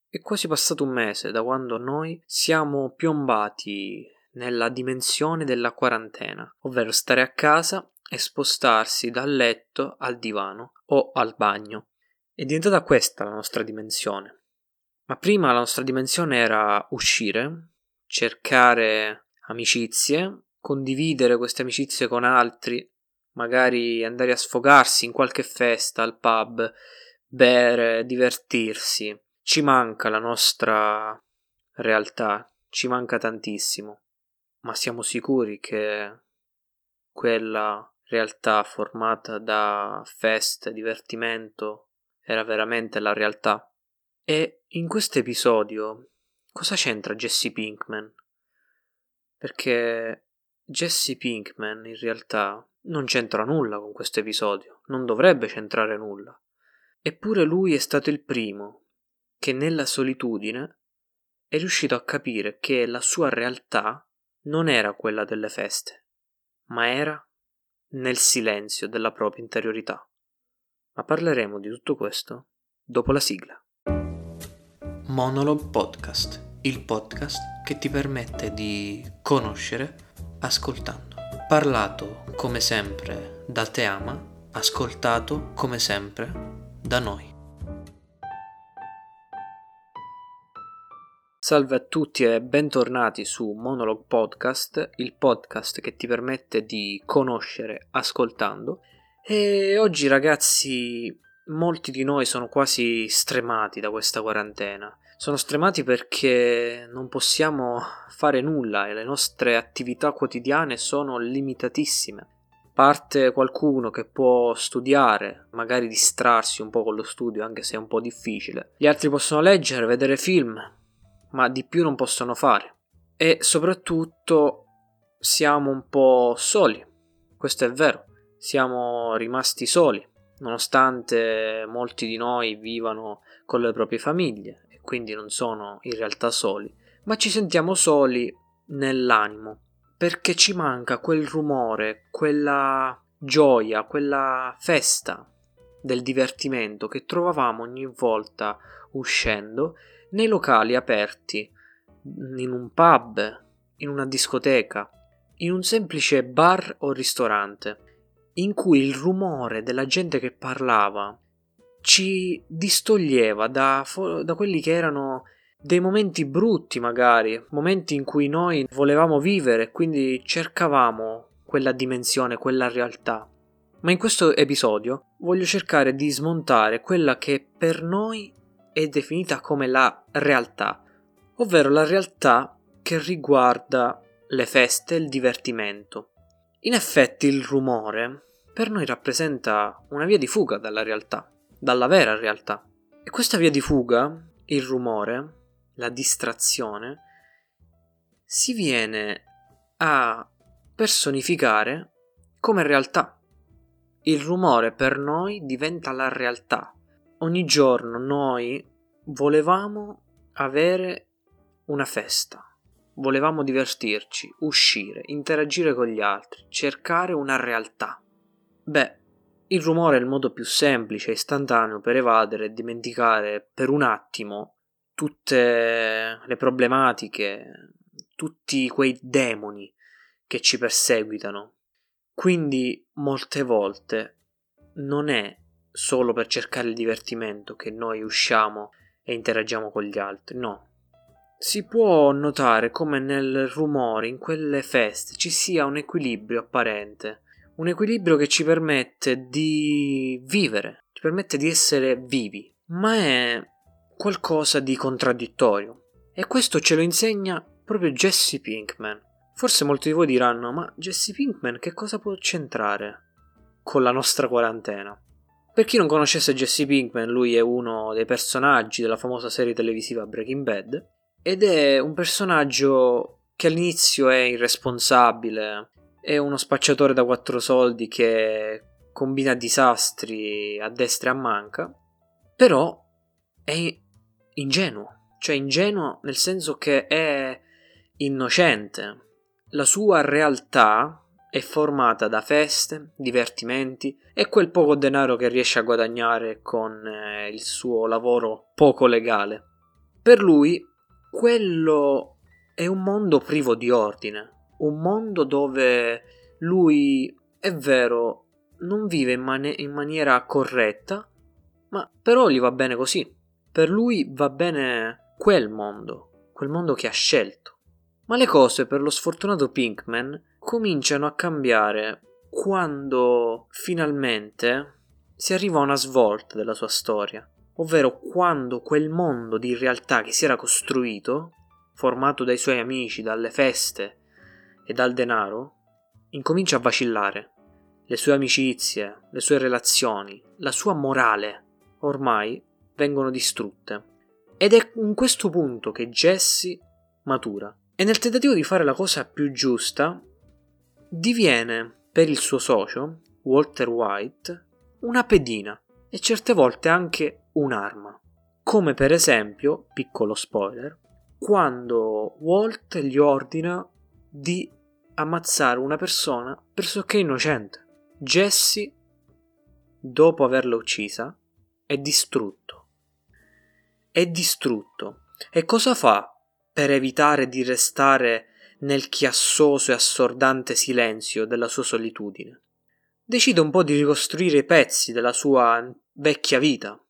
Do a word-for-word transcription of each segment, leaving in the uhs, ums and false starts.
È quasi passato un mese da quando noi siamo piombati nella dimensione della quarantena, ovvero stare a casa e spostarsi dal letto al divano o al bagno. È diventata questa la nostra dimensione. Ma prima la nostra dimensione era uscire, cercare amicizie, condividere queste amicizie con altri, magari andare a sfogarsi in qualche festa, al pub, bere, divertirsi. Ci manca la nostra realtà, ci manca tantissimo, ma siamo sicuri che quella realtà formata da feste, divertimento, era veramente la realtà? E in questo episodio cosa c'entra Jesse Pinkman? Perché Jesse Pinkman in realtà non c'entra nulla con questo episodio, non dovrebbe c'entrare nulla. Eppure lui è stato il primo che nella solitudine è riuscito a capire che la sua realtà non era quella delle feste, ma era nel silenzio della propria interiorità. Ma parleremo di tutto questo dopo la sigla. Monologue Podcast, il podcast che ti permette di conoscere ascoltando. Parlato come sempre da Teama, ascoltato come sempre da noi. Salve a tutti e bentornati su Monologue Podcast, il podcast che ti permette di conoscere ascoltando. E oggi, ragazzi, molti di noi sono quasi stremati da questa quarantena. Sono stremati perché non possiamo fare nulla e le nostre attività quotidiane sono limitatissime. Parte qualcuno che può studiare, magari distrarsi un po' con lo studio, anche se è un po' difficile. Gli altri possono leggere, vedere film, ma di più non possono fare. E soprattutto siamo un po' soli. Questo è vero. Siamo rimasti soli, nonostante molti di noi vivano con le proprie famiglie e quindi non sono in realtà soli, ma ci sentiamo soli nell'animo, perché ci manca quel rumore, quella gioia, quella festa del divertimento che trovavamo ogni volta uscendo nei locali aperti, in un pub, in una discoteca, in un semplice bar o ristorante, in cui il rumore della gente che parlava ci distoglieva da, da quelli che erano dei momenti brutti, magari, momenti in cui noi volevamo vivere e quindi cercavamo quella dimensione, quella realtà. Ma in questo episodio voglio cercare di smontare quella che per noi è definita come la realtà, ovvero la realtà che riguarda le feste e il divertimento. In effetti il rumore per noi rappresenta una via di fuga dalla realtà, dalla vera realtà. E questa via di fuga, il rumore, la distrazione, si viene a personificare come realtà. Il rumore per noi diventa la realtà. Ogni giorno noi volevamo avere una festa. Volevamo divertirci, uscire, interagire con gli altri, cercare una realtà. Beh, il rumore è il modo più semplice e istantaneo per evadere e dimenticare per un attimo tutte le problematiche, tutti quei demoni che ci perseguitano. Quindi molte volte non è solo per cercare il divertimento che noi usciamo e interagiamo con gli altri, no. Si può notare come nel rumore, in quelle feste, ci sia un equilibrio apparente, un equilibrio che ci permette di vivere, ci permette di essere vivi, ma è qualcosa di contraddittorio. E questo ce lo insegna proprio Jesse Pinkman. Forse molti di voi diranno, ma Jesse Pinkman che cosa può c'entrare con la nostra quarantena? Per chi non conoscesse Jesse Pinkman, lui è uno dei personaggi della famosa serie televisiva Breaking Bad, ed è un personaggio che all'inizio è irresponsabile, è uno spacciatore da quattro soldi che combina disastri a destra e a manca, però è ingenuo, cioè ingenuo nel senso che è innocente. La sua realtà è formata da feste, divertimenti e quel poco denaro che riesce a guadagnare con eh, il suo lavoro poco legale. Per lui quello è un mondo privo di ordine, un mondo dove lui, è vero, non vive in, man- in maniera corretta, ma però gli va bene così. Per lui va bene quel mondo, quel mondo che ha scelto. Ma le cose per lo sfortunato Pinkman cominciano a cambiare quando finalmente si arriva a una svolta della sua storia, ovvero quando quel mondo di realtà che si era costruito, formato dai suoi amici, dalle feste e dal denaro, incomincia a vacillare. Le sue amicizie, le sue relazioni, la sua morale ormai vengono distrutte. Ed è in questo punto che Jesse matura e nel tentativo di fare la cosa più giusta diviene per il suo socio, Walter White, una pedina e certe volte anche un'arma. Come per esempio, piccolo spoiler, quando Walt gli ordina di ammazzare una persona pressoché innocente. Jesse, dopo averla uccisa, è distrutto. È distrutto. E cosa fa per evitare di restare nel chiassoso e assordante silenzio della sua solitudine? Decide un po' di ricostruire i pezzi della sua vecchia vita.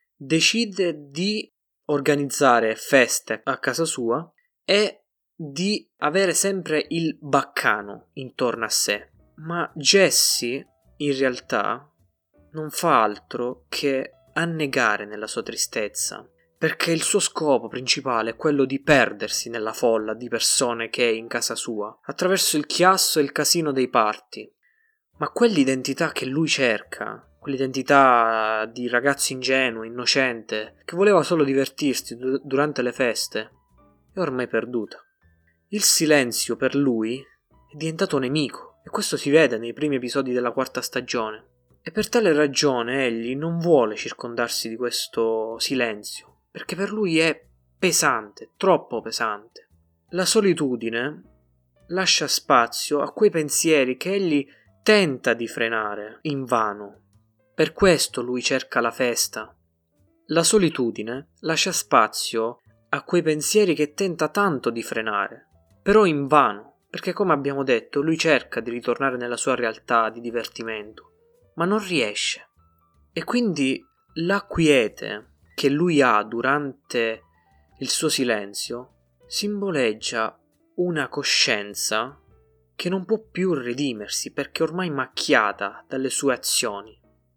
Decide di organizzare feste a casa sua e di avere sempre il baccano intorno a sé. Ma Jesse, in realtà, non fa altro che annegare nella sua tristezza, perché il suo scopo principale è quello di perdersi nella folla di persone che è in casa sua, attraverso il chiasso e il casino dei party. Ma quell'identità che lui cerca, quell'identità di ragazzo ingenuo, innocente, che voleva solo divertirsi du- durante le feste, è ormai perduta. Il silenzio per lui è diventato nemico, e questo si vede nei primi episodi della quarta stagione. E per tale ragione egli non vuole circondarsi di questo silenzio, perché per lui è pesante, troppo pesante. La solitudine lascia spazio a quei pensieri che egli tenta di frenare invano. Per questo lui cerca la festa. La solitudine lascia spazio a quei pensieri che tenta tanto di frenare, però invano, perché come abbiamo detto lui cerca di ritornare nella sua realtà di divertimento, ma non riesce. E quindi la quiete che lui ha durante il suo silenzio simboleggia una coscienza che non può più redimersi perché ormai macchiata dalle sue azioni.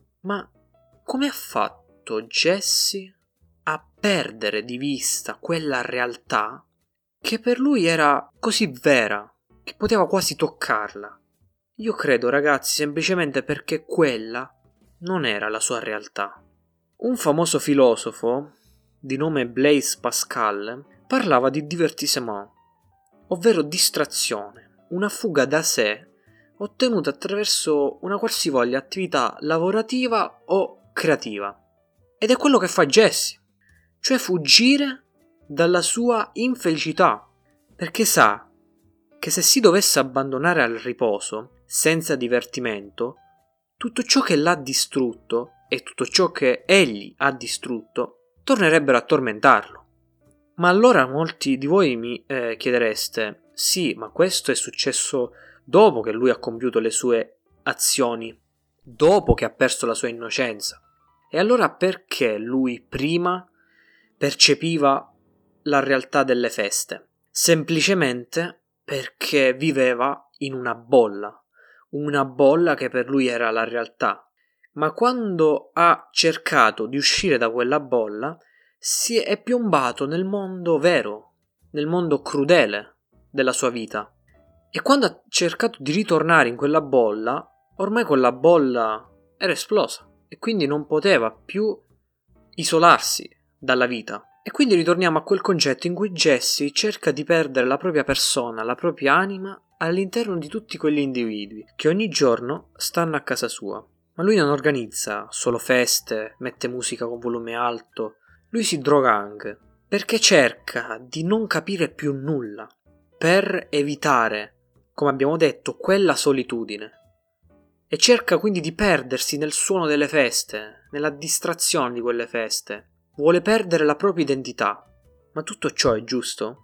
Ma come ha fatto Jesse a perdere di vista quella realtà che per lui era così vera che poteva quasi toccarla? Io credo, ragazzi, semplicemente perché quella non era la sua realtà. Un famoso filosofo di nome Blaise Pascal parlava di divertissement, ovvero distrazione, una fuga da sé ottenuta attraverso una qualsivoglia attività lavorativa o creativa. Ed è quello che fa Jesse, cioè fuggire dalla sua infelicità, perché sa che se si dovesse abbandonare al riposo, senza divertimento, tutto ciò che l'ha distrutto e tutto ciò che egli ha distrutto tornerebbero a tormentarlo. Ma allora molti di voi mi eh, chiedereste, sì, ma questo è successo dopo che lui ha compiuto le sue azioni, dopo che ha perso la sua innocenza. E allora perché lui prima percepiva la realtà delle feste? Semplicemente perché viveva in una bolla, una bolla che per lui era la realtà. Ma quando ha cercato di uscire da quella bolla, si è piombato nel mondo vero, nel mondo crudele della sua vita. E quando ha cercato di ritornare in quella bolla, ormai quella bolla era esplosa e quindi non poteva più isolarsi dalla vita. E quindi ritorniamo a quel concetto in cui Jesse cerca di perdere la propria persona, la propria anima all'interno di tutti quegli individui che ogni giorno stanno a casa sua. Ma lui non organizza solo feste, mette musica con volume alto, lui si droga anche, perché cerca di non capire più nulla, per evitare, come abbiamo detto, quella solitudine. E cerca quindi di perdersi nel suono delle feste, nella distrazione di quelle feste. Vuole perdere la propria identità, Ma tutto ciò è giusto?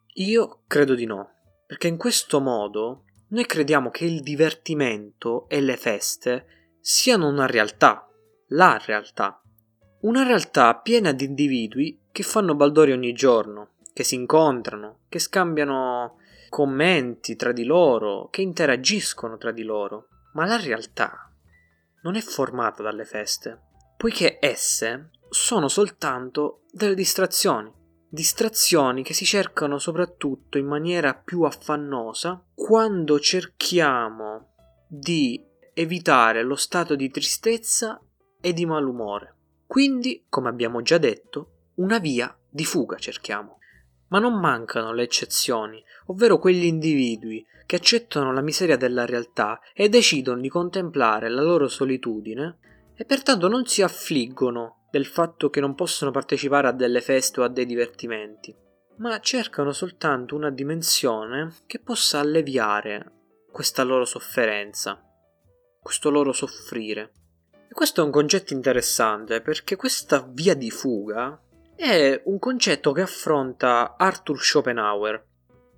Io credo di no, perché in questo modo noi crediamo che il divertimento e le feste siano una realtà, la realtà. Una realtà piena di individui che fanno baldoria ogni giorno, che si incontrano, che scambiano commenti tra di loro, che interagiscono tra di loro. Ma la realtà non è formata dalle feste, poiché esse sono soltanto delle distrazioni. Distrazioni che si cercano soprattutto in maniera più affannosa quando cerchiamo di evitare lo stato di tristezza e di malumore. Quindi, come abbiamo già detto, una via di fuga cerchiamo. Ma non mancano le eccezioni, ovvero quegli individui che accettano la miseria della realtà e decidono di contemplare la loro solitudine e pertanto non si affliggono del fatto che non possono partecipare a delle feste o a dei divertimenti, ma cercano soltanto una dimensione che possa alleviare questa loro sofferenza, questo loro soffrire. E questo è un concetto interessante perché questa via di fuga è un concetto che affronta Arthur Schopenhauer.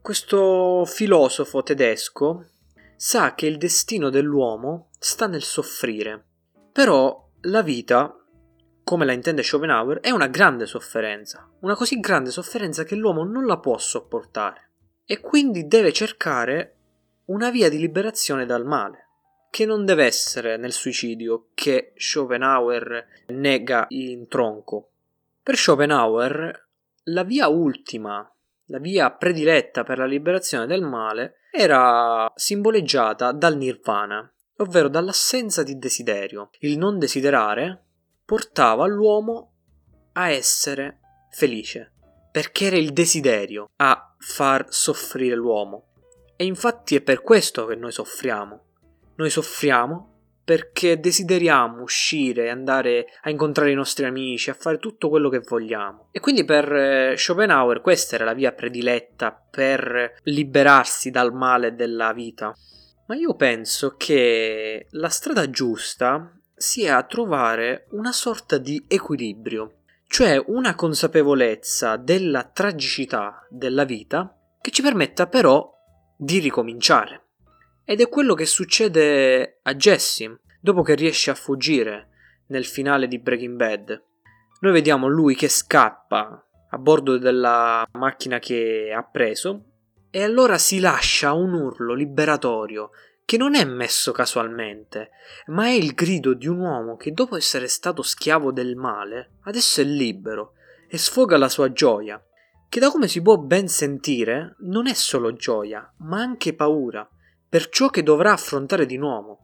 Questo filosofo tedesco sa che il destino dell'uomo sta nel soffrire, però la vita, come la intende Schopenhauer, è una grande sofferenza, una così grande sofferenza che l'uomo non la può sopportare e quindi deve cercare una via di liberazione dal male, che non deve essere nel suicidio, che Schopenhauer nega in tronco. Per Schopenhauer la via ultima, la via prediletta per la liberazione del male era simboleggiata dal nirvana, ovvero dall'assenza di desiderio. Il non desiderare portava l'uomo a essere felice, perché era il desiderio a far soffrire l'uomo. E infatti è per questo che noi soffriamo. Noi soffriamo perché desideriamo uscire e andare a incontrare i nostri amici, a fare tutto quello che vogliamo. E quindi per Schopenhauer questa era la via prediletta per liberarsi dal male della vita. Ma io penso che la strada giusta sia trovare una sorta di equilibrio, cioè una consapevolezza della tragicità della vita che ci permetta però di ricominciare. Ed è quello che succede a Jesse dopo che riesce a fuggire nel finale di Breaking Bad. Noi vediamo lui che scappa a bordo della macchina che ha preso e allora si lascia un urlo liberatorio che non è messo casualmente, ma è il grido di un uomo che dopo essere stato schiavo del male adesso è libero e sfoga la sua gioia, che da come si può ben sentire non è solo gioia, ma anche paura per ciò che dovrà affrontare di nuovo,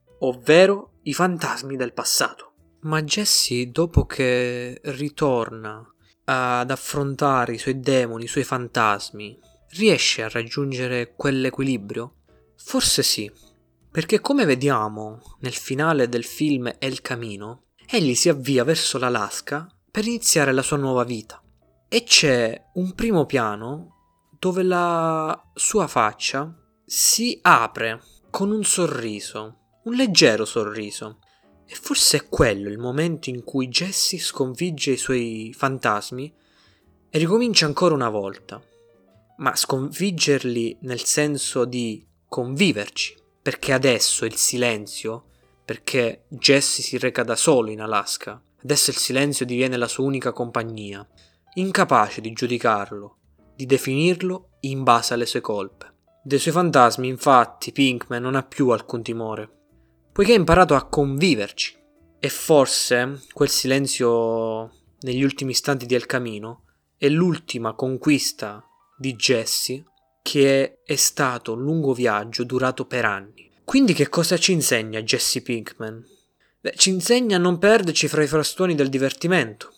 ovvero i fantasmi del passato. Ma Jesse, dopo che ritorna ad affrontare i suoi demoni, i suoi fantasmi, riesce a raggiungere quell'equilibrio? Forse sì, perché come vediamo nel finale del film El Camino, egli si avvia verso l'Alaska per iniziare la sua nuova vita. E c'è un primo piano dove la sua faccia si apre con un sorriso, un leggero sorriso. E forse è quello il momento in cui Jesse sconfigge i suoi fantasmi e ricomincia ancora una volta. Ma sconfiggerli nel senso di conviverci, perché adesso il silenzio, perché Jesse si reca da solo in Alaska, adesso il silenzio diviene la sua unica compagnia, incapace di giudicarlo, di definirlo in base alle sue colpe. Dei suoi fantasmi, infatti, Pinkman non ha più alcun timore, poiché ha imparato a conviverci. E forse quel silenzio negli ultimi istanti di El Camino è l'ultima conquista di Jesse, che è stato un lungo viaggio durato per anni. Quindi che cosa ci insegna Jesse Pinkman? Beh, ci insegna a non perderci fra i frastuoni del divertimento,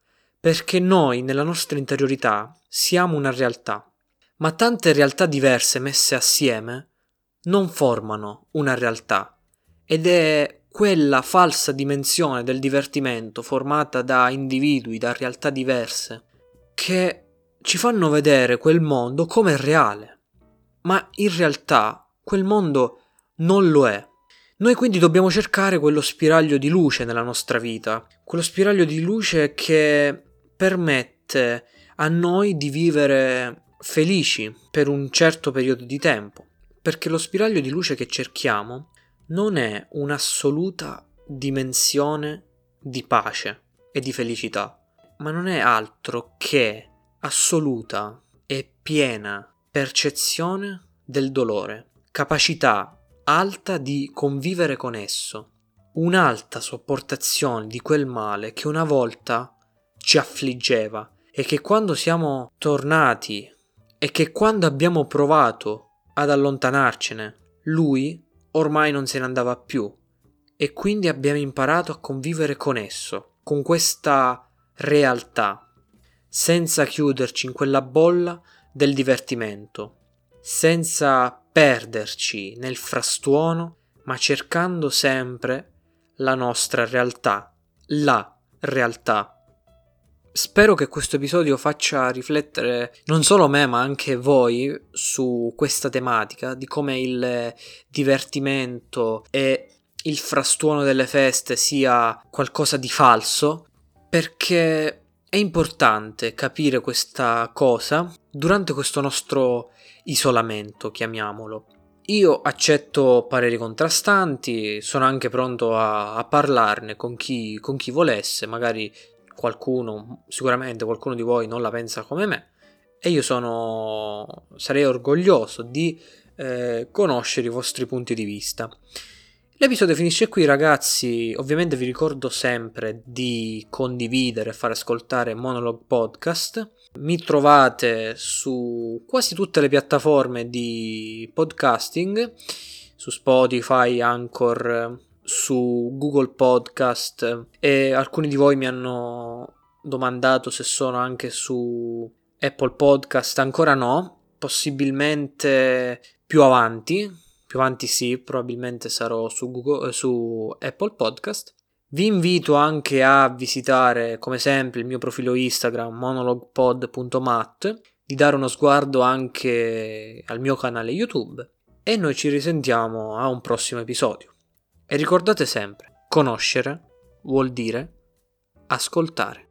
perché noi nella nostra interiorità siamo una realtà, ma tante realtà diverse messe assieme non formano una realtà, ed è quella falsa dimensione del divertimento formata da individui, da realtà diverse, che ci fanno vedere quel mondo come reale, ma in realtà quel mondo non lo è. Noi quindi dobbiamo cercare quello spiraglio di luce nella nostra vita, quello spiraglio di luce che permette a noi di vivere felici per un certo periodo di tempo, perché lo spiraglio di luce che cerchiamo non è un'assoluta dimensione di pace e di felicità, ma non è altro che assoluta e piena percezione del dolore, capacità alta di convivere con esso, un'alta sopportazione di quel male che una volta ci affliggeva e che quando siamo tornati e che quando abbiamo provato ad allontanarcene, lui ormai non se ne andava più e quindi abbiamo imparato a convivere con esso, con questa realtà, senza chiuderci in quella bolla del divertimento, senza perderci nel frastuono, ma cercando sempre la nostra realtà, la realtà. Spero che questo episodio faccia riflettere non solo me ma anche voi su questa tematica di come il divertimento e il frastuono delle feste sia qualcosa di falso, perché è importante capire questa cosa durante questo nostro isolamento, chiamiamolo. Io accetto pareri contrastanti, sono anche pronto a, a parlarne con chi, con chi volesse, magari qualcuno, sicuramente qualcuno di voi non la pensa come me e io sono sarei orgoglioso di eh, conoscere i vostri punti di vista. L'episodio finisce qui, ragazzi. Ovviamente vi ricordo sempre di condividere e far ascoltare Monologue Podcast. Mi trovate su quasi tutte le piattaforme di podcasting, su Spotify, Anchor, su Google Podcast, e alcuni di voi mi hanno domandato se sono anche su Apple Podcast. Ancora no, possibilmente più avanti, più avanti sì, probabilmente sarò su Google, su Apple Podcast. Vi invito anche a visitare, come sempre, il mio profilo Instagram monologuepod punto mat, di dare uno sguardo anche al mio canale YouTube e noi ci risentiamo a un prossimo episodio. E ricordate sempre, conoscere vuol dire ascoltare.